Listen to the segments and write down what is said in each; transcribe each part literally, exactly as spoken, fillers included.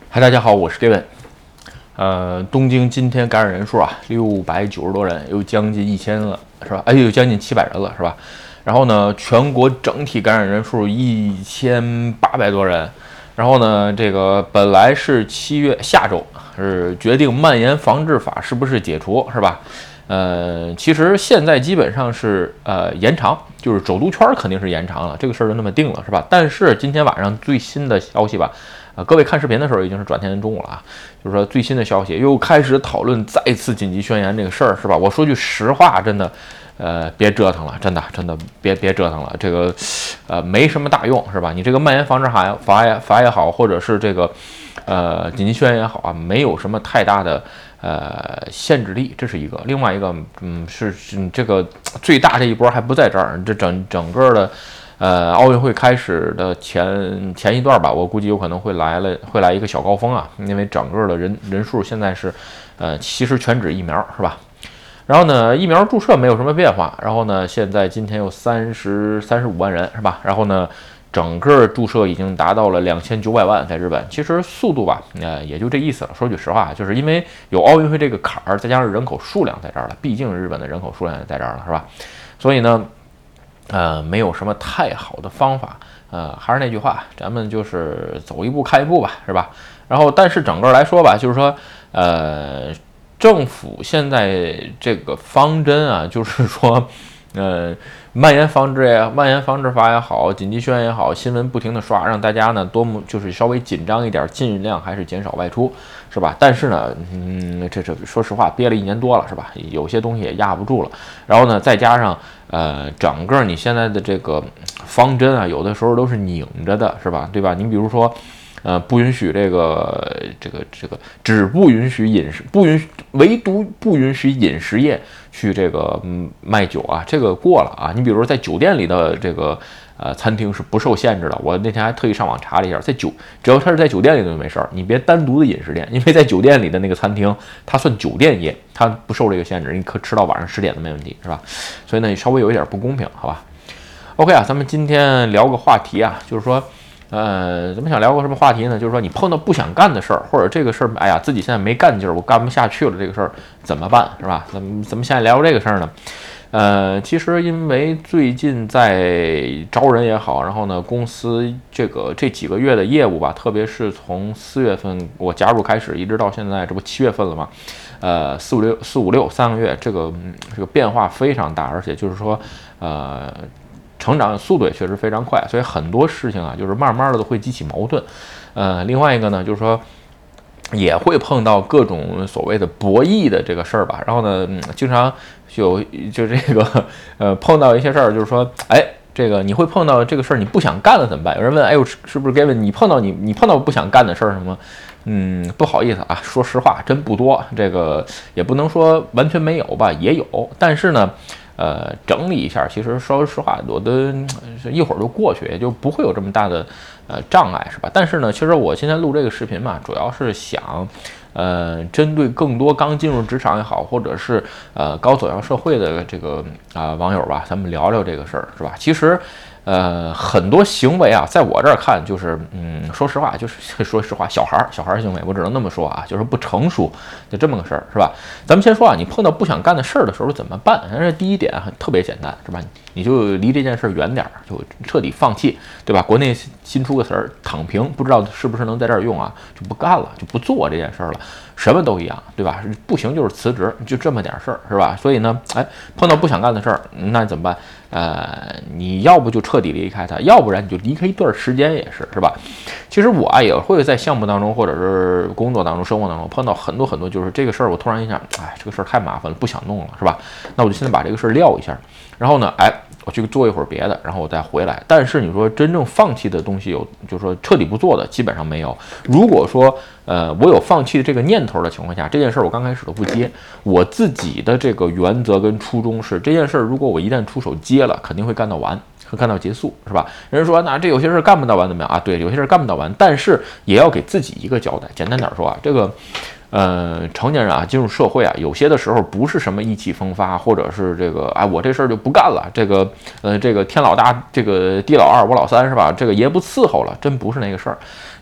嗨，大家好，我是 Gavin。呃，东京今天感染人数啊，六百九十多人，有将近一千了，是吧？哎，有将近七百人了，是吧？然后呢，全国整体感染人数一千八百多人。然后呢，这个本来是七月下周是决定蔓延防治法是不是解除，是吧？呃，其实现在基本上是呃延长，就是首都圈肯定是延长了，这个事儿就那么定了，是吧？但是今天晚上最新的消息吧。啊，各位看视频的时候已经是转天中午了啊，就是说最新的消息又开始讨论再次紧急宣言这个事儿，是吧？我说句实话，真的，呃，别折腾了，真的真的别别折腾了，这个，呃，没什么大用，是吧？你这个蔓延防治法法也法也好，或者是这个，呃，紧急宣言也好啊，没有什么太大的呃限制力，这是一个。另外一个，嗯，是是这个最大这一波还不在这儿，这整整个的。呃，奥运会开始的前前一段吧，我估计有可能会来了，会来一个小高峰啊，因为整个的人人数现在是，呃，其实全指疫苗是吧？然后呢，疫苗注射没有什么变化，然后呢，现在今天有三十三十五万人是吧？然后呢，整个注射已经达到了两千九百万，在日本，其实速度吧，呃，也就这意思了。说句实话，就是因为有奥运会这个坎儿，再加上人口数量在这儿了，毕竟日本的人口数量也在这儿了，是吧？所以呢。呃，没有什么太好的方法，呃，还是那句话，咱们就是走一步看一步吧，是吧？然后，但是整个来说吧，就是说，呃，政府现在这个方针啊，就是说，呃，蔓延防治也蔓延防治法也好，紧急宣言也好，新闻不停的刷，让大家呢多么就是稍微紧张一点，尽量还是减少外出，是吧？但是呢，嗯，这这说实话憋了一年多了，是吧？有些东西也压不住了，然后呢，再加上。呃，整个你现在的这个方针啊，有的时候都是拧着的，是吧？对吧？你比如说，呃，不允许这个这个这个，只不允许饮食，不允许，唯独不允许饮食业去这个嗯卖酒啊，这个过了啊。你比如说在酒店里的这个呃餐厅是不受限制的，我那天还特意上网查了一下，在酒只要它是在酒店里的就没事儿，你别单独的饮食店，因为在酒店里的那个餐厅它算酒店业。它不受这个限制，你可吃到晚上十点都没问题，是吧？所以呢，稍微有一点不公平，好吧 ？OK 啊，咱们今天聊个话题啊，就是说，呃，咱们想聊个什么话题呢？就是说，你碰到不想干的事儿，或者这个事儿，哎呀，自己现在没干劲儿，我干不下去了，这个事儿怎么办，是吧？咱们咱们现在聊这个事儿呢。呃，其实因为最近在招人也好，然后呢，公司这个这几个月的业务吧，特别是从四月份我加入开始，一直到现在，这不七月份了吗？呃，四五六四五六三个月，这个这个变化非常大，而且就是说，呃，成长速度也确实非常快，所以很多事情啊，就是慢慢的都会激起矛盾。呃，另外一个呢，就是说。也会碰到各种所谓的博弈的这个事儿吧，然后呢，嗯、经常就就这个呃碰到一些事儿，就是说，哎，这个你会碰到这个事儿，你不想干了怎么办？有人问，哎呦，是不是 Gavin？你碰到你你碰到不想干的事儿什么？嗯，不好意思啊，说实话，真不多。这个也不能说完全没有吧，也有，但是呢。呃，整理一下，其实说实话，我的一会儿就过去，也就不会有这么大的呃障碍，是吧？但是呢，其实我现在录这个视频嘛，主要是想，呃，针对更多刚进入职场也好，或者是呃刚走向社会的这个啊、呃、网友吧，咱们聊聊这个事儿，是吧？其实。呃，很多行为啊，在我这儿看，就是，嗯，说实话，就是说实话，小孩儿，小孩儿行为，我只能那么说啊，就是不成熟，就这么个事儿，是吧？咱们先说啊，你碰到不想干的事儿的时候怎么办？这第一点啊，特别简单，是吧？你就离这件事儿远点儿，就彻底放弃，对吧？国内新出个词儿“躺平”，不知道是不是能在这儿用啊？就不干了，就不做这件事儿了，什么都一样，对吧？不行就是辞职，就这么点事儿，是吧？所以呢，哎，碰到不想干的事儿，那你怎么办？呃，你要不就彻底离开它，要不然你就离开一段时间也是，是吧？其实我啊也会在项目当中，或者是工作当中、生活当中碰到很多很多，就是这个事儿，我突然一想，哎，这个事儿太麻烦了，不想弄了，是吧？那我就现在把这个事儿撂一下，然后呢，哎，我去做一会儿别的，然后我再回来。但是你说真正放弃的东西有，就是说彻底不做的，基本上没有。如果说呃我有放弃的这个念头的情况下，这件事儿我刚开始都不接。我自己的这个原则跟初衷是，这件事儿如果我一旦出手接了，肯定会干到完。会干到结束，是吧？人说那这有些事干不到完怎么样啊？对，有些事干不到完，但是也要给自己一个交代。简单点说啊，这个呃，成年人啊，进入社会啊，有些的时候不是什么意气风发，或者是这个，哎，我这事儿就不干了，这个，呃，这个天老大，这个地老二，我老三，是吧？这个爷不伺候了，真不是那个事儿。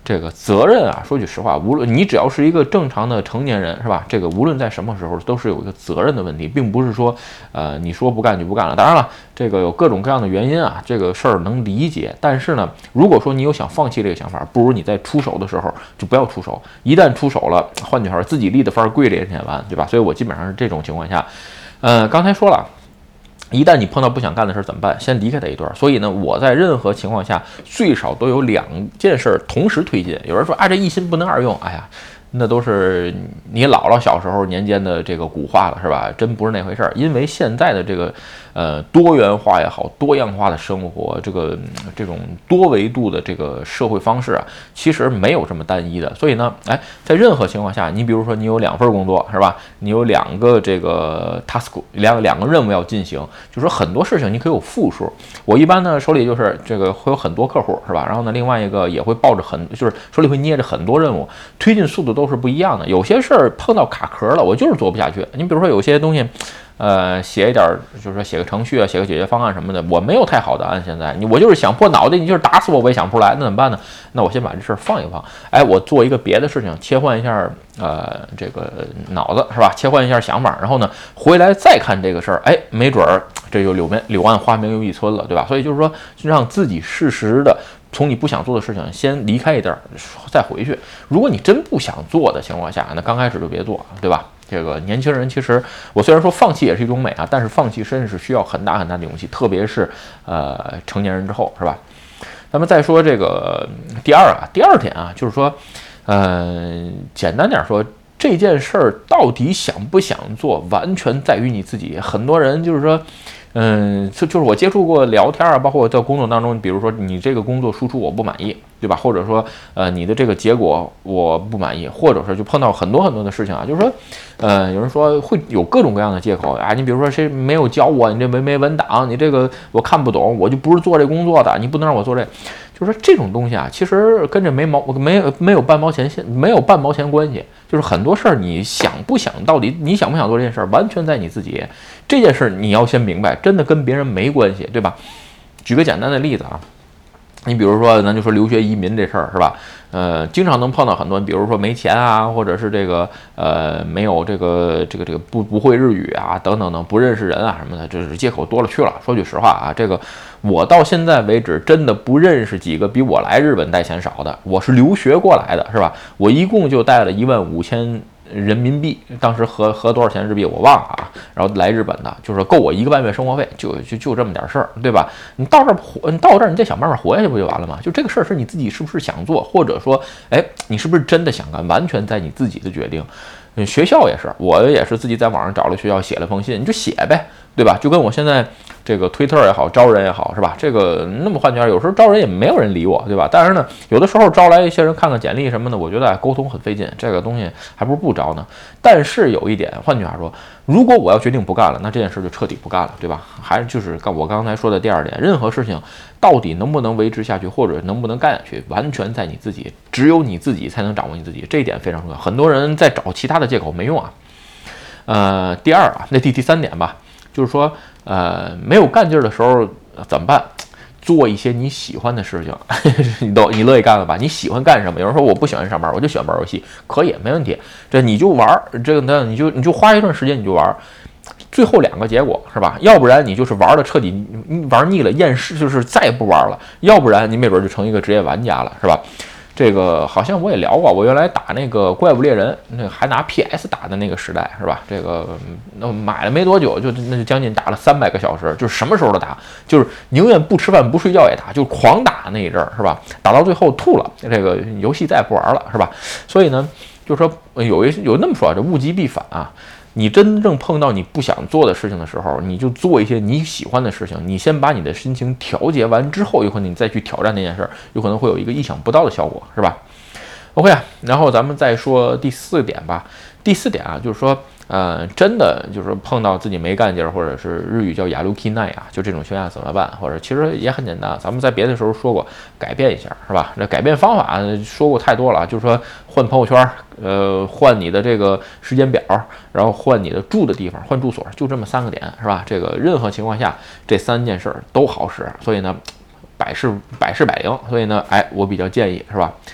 这个责任啊，说句实话，无论你只要是一个正常的成年人，是吧？这个无论在什么时候都是有一个责任的问题，并不是说，呃，你说不干就不干了。当然了，这个有各种各样的原因啊，这个事儿能理解。但是呢，如果说你有想放弃这个想法，不如你在出手的时候就不要出手。一旦出手了，换句话说，自己立的分跪着也舔完，对吧？所以我基本上是这种情况下，呃，刚才说了。一旦你碰到不想干的事怎么办？先离开他一段。所以呢，我在任何情况下最少都有两件事同时推进。有人说啊，这一心不能二用，哎呀，那都是你姥姥小时候年间的这个古话了，是吧？真不是那回事儿。因为现在的这个呃多元化也好，多样化的生活，这个这种多维度的这个社会方式啊，其实没有这么单一的。所以呢，哎，在任何情况下，你比如说你有两份工作，是吧？你有两个这个 task， 两两个任务要进行，就说很多事情你可以有复数。我一般呢手里就是这个会有很多客户，是吧？然后呢，另外一个也会抱着很，就是手里会捏着很多任务，推进速度都是不一样的。有些事儿碰到卡壳了，我就是做不下去。你比如说有些东西。呃，写一点，就是说写个程序啊，写个解决方案什么的，我没有太好的案。现在你我就是想破脑袋，你就是打死我我也想不出来，那怎么办呢？那我先把这事儿放一放，哎，我做一个别的事情，切换一下呃这个脑子是吧？切换一下想法，然后呢回来再看这个事儿，哎，没准儿这就柳面柳暗花明又一村了，对吧？所以就是说，让自己适时的从你不想做的事情先离开一段，再回去。如果你真不想做的情况下，那刚开始就别做，对吧？这个年轻人其实，我虽然说放弃也是一种美啊，但是放弃真的是需要很大很大的勇气，特别是呃成年人之后，是吧？咱们再说这个第二啊，第二点啊，就是说，呃，简单点说，这件事儿到底想不想做，完全在于你自己。很多人就是说。嗯，就就是我接触过聊天啊，包括我在工作当中，比如说你这个工作输出我不满意，对吧？或者说，呃，你的这个结果我不满意，或者说就碰到很多很多的事情啊，就是说，呃，有人说会有各种各样的借口啊，你比如说谁没有教我，你这没没文档，你这个我看不懂，我就不是做这工作的，你不能让我做这。就是说这种东西啊，其实跟这没毛没有没有半毛钱线，没有半毛钱关系。就是很多事儿，你想不想，到底你想不想做这件事儿，完全在你自己。这件事儿你要先明白，真的跟别人没关系，对吧？举个简单的例子啊，你比如说，咱就说留学移民这事儿，是吧？呃，经常能碰到很多人，比如说没钱啊，或者是这个呃没有这个这个这个不不会日语啊，等等等，不认识人啊什么的，这是借口多了去了。说句实话啊，这个我到现在为止真的不认识几个比我来日本带钱少的。我是留学过来的，是吧？我一共就带了一万五千人民币，当时合合多少钱日币我忘了啊。然后来日本的，就是够我一个半月生活费，就就就这么点事儿，对吧？你到这儿活，你到这儿你再想办法活下去不就完了吗？就这个事儿是你自己是不是想做，或者说，哎，你是不是真的想干，完全在你自己的决定。嗯，学校也是，我也是自己在网上找了学校写了封信，你就写呗，对吧？就跟我现在这个推特也好，招人也好，是吧？这个那么换句话，有时候招人也没有人理我，对吧？但是呢，有的时候招来一些人看看简历什么的，我觉得沟通很费劲，这个东西还不如不招呢。但是有一点，换句话说，如果我要决定不干了，那这件事就彻底不干了，对吧？还是就是我刚才说的第二点，任何事情到底能不能维持下去，或者能不能干下去，完全在你自己，只有你自己才能掌握你自己，这一点非常重要。很多人在找其他的借口没用啊。呃，第二啊，那第第三点吧，就是说，呃，没有干劲儿的时候怎么办？做一些你喜欢的事情，你都你乐意干了吧？你喜欢干什么？有人说我不喜欢上班，我就喜欢玩游戏，可以没问题。这你就玩，这个呢你就你就花一段时间你就玩，最后两个结果是吧？要不然你就是玩的彻底玩腻了，厌世，就是再也不玩了；要不然你没准就成一个职业玩家了，是吧？这个好像我也聊过，我原来打那个怪物猎人，那个还拿 P S 打的那个时代是吧？这个那买了没多久，就那就将近打了三百个小时，就是什么时候都打，就是宁愿不吃饭不睡觉也打，就狂打那一阵儿是吧？打到最后吐了，这个游戏再也不玩了是吧？所以呢，就是说有一有那么说，这物极必反啊。你真正碰到你不想做的事情的时候，你就做一些你喜欢的事情。你先把你的心情调节完之后，有可能你再去挑战那件事，有可能会有一个意想不到的效果，是吧 ？OK 啊，然后咱们再说第四点吧。第四点啊，就是说，呃，真的就是碰到自己没干劲儿，或者是日语叫雅鲁 k 奈啊，就这种情况下怎么办？或者其实也很简单，咱们在别的时候说过，改变一下，是吧？这改变方法说过太多了，就是说换朋友圈，呃，换你的这个时间表，然后换你的住的地方，换住所，就这么三个点，是吧？这个任何情况下，这三件事儿都好使，所以呢，百试百试百灵，所以呢，哎，我比较建议，是吧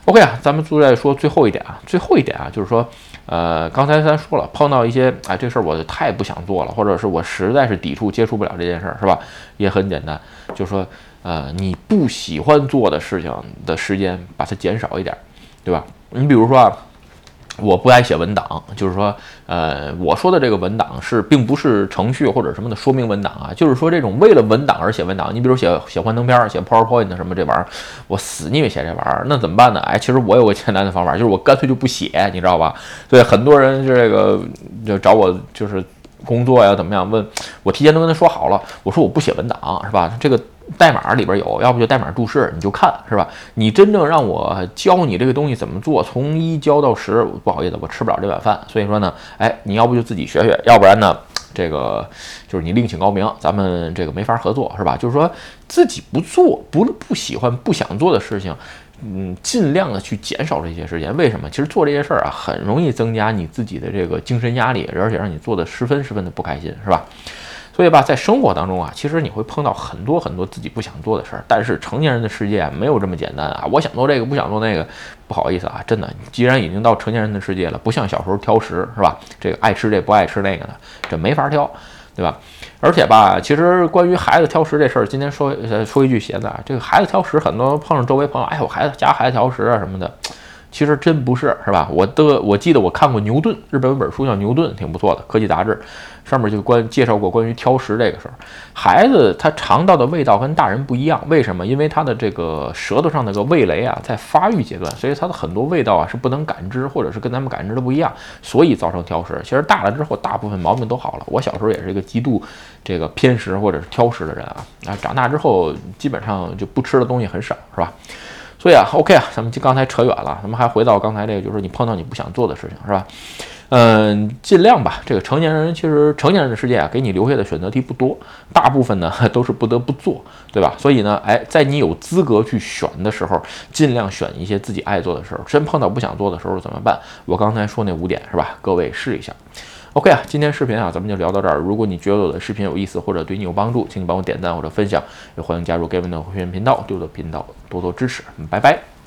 OK 啊，咱们就再说最后一点啊，最后一点啊，就是说，呃，刚才咱说了，碰到一些啊，这事儿我太不想做了，或者是我实在是抵触接触不了这件事儿，是吧？也很简单，就是说，呃，你不喜欢做的事情的时间，把它减少一点，对吧？你比如说啊。我不爱写文档，就是说，呃，我说的这个文档是并不是程序或者什么的说明文档啊，就是说这种为了文档而写文档。你比如写写幻灯片、写 PowerPoint 什么这玩意儿，我死腻歪写这玩意儿，那怎么办呢？哎，其实我有个简单的方法，就是我干脆就不写，你知道吧？所以很多人这个就找我就是工作呀怎么样，问我提前都跟他说好了，我说我不写文档，是吧？这个。代码里边有，要不就代码注释，你就看，是吧？你真正让我教你这个东西怎么做，从一教到十，不好意思，我吃不了这碗饭。所以说呢，哎，你要不就自己学学，要不然呢，这个就是你另请高明，咱们这个没法合作，是吧？就是说自己不做，不不喜欢、不想做的事情。嗯，尽量的去减少这些时间。为什么？其实做这些事儿啊，很容易增加你自己的这个精神压力，而且让你做的十分十分的不开心，是吧？所以吧，在生活当中啊，其实你会碰到很多很多自己不想做的事儿。但是成年人的世界啊，没有这么简单啊！我想做这个，不想做那个，不好意思啊，真的，既然已经到成年人的世界了，不像小时候挑食，是吧？这个爱吃这不爱吃那个的，这没法挑，对吧？而且吧，其实关于孩子挑食这事儿，今天说呃说一句闲的啊，这个孩子挑食，很多碰上周围朋友，哎，我孩子家孩子挑食啊什么的。其实真不是，是吧？我的我记得我看过牛顿，日本有本书叫《牛顿》，挺不错的，科技杂志，上面就关介绍过关于挑食这个事儿。孩子他尝到的味道跟大人不一样，为什么？因为他的这个舌头上那个味蕾啊，在发育阶段，所以他的很多味道啊是不能感知，或者是跟咱们感知的不一样，所以造成挑食。其实大了之后，大部分毛病都好了。我小时候也是一个极度这个偏食或者是挑食的人啊，啊，长大之后基本上就不吃的东西很少，是吧？所以啊 ，OK 啊，咱们刚才扯远了，咱们还回到刚才这个，就是你碰到你不想做的事情，是吧？嗯，尽量吧。这个成年人其实成年人的世界啊，给你留下的选择题不多，大部分呢都是不得不做，对吧？所以呢，哎，在你有资格去选的时候，尽量选一些自己爱做的时候。真碰到不想做的时候怎么办？我刚才说那五点是吧？各位试一下。OK 啊，今天视频啊，咱们就聊到这儿。如果你觉得我的视频有意思或者对你有帮助，请你帮我点赞或者分享，也欢迎加入 Gavin 的会员频道，对我的频道多多支持。拜拜。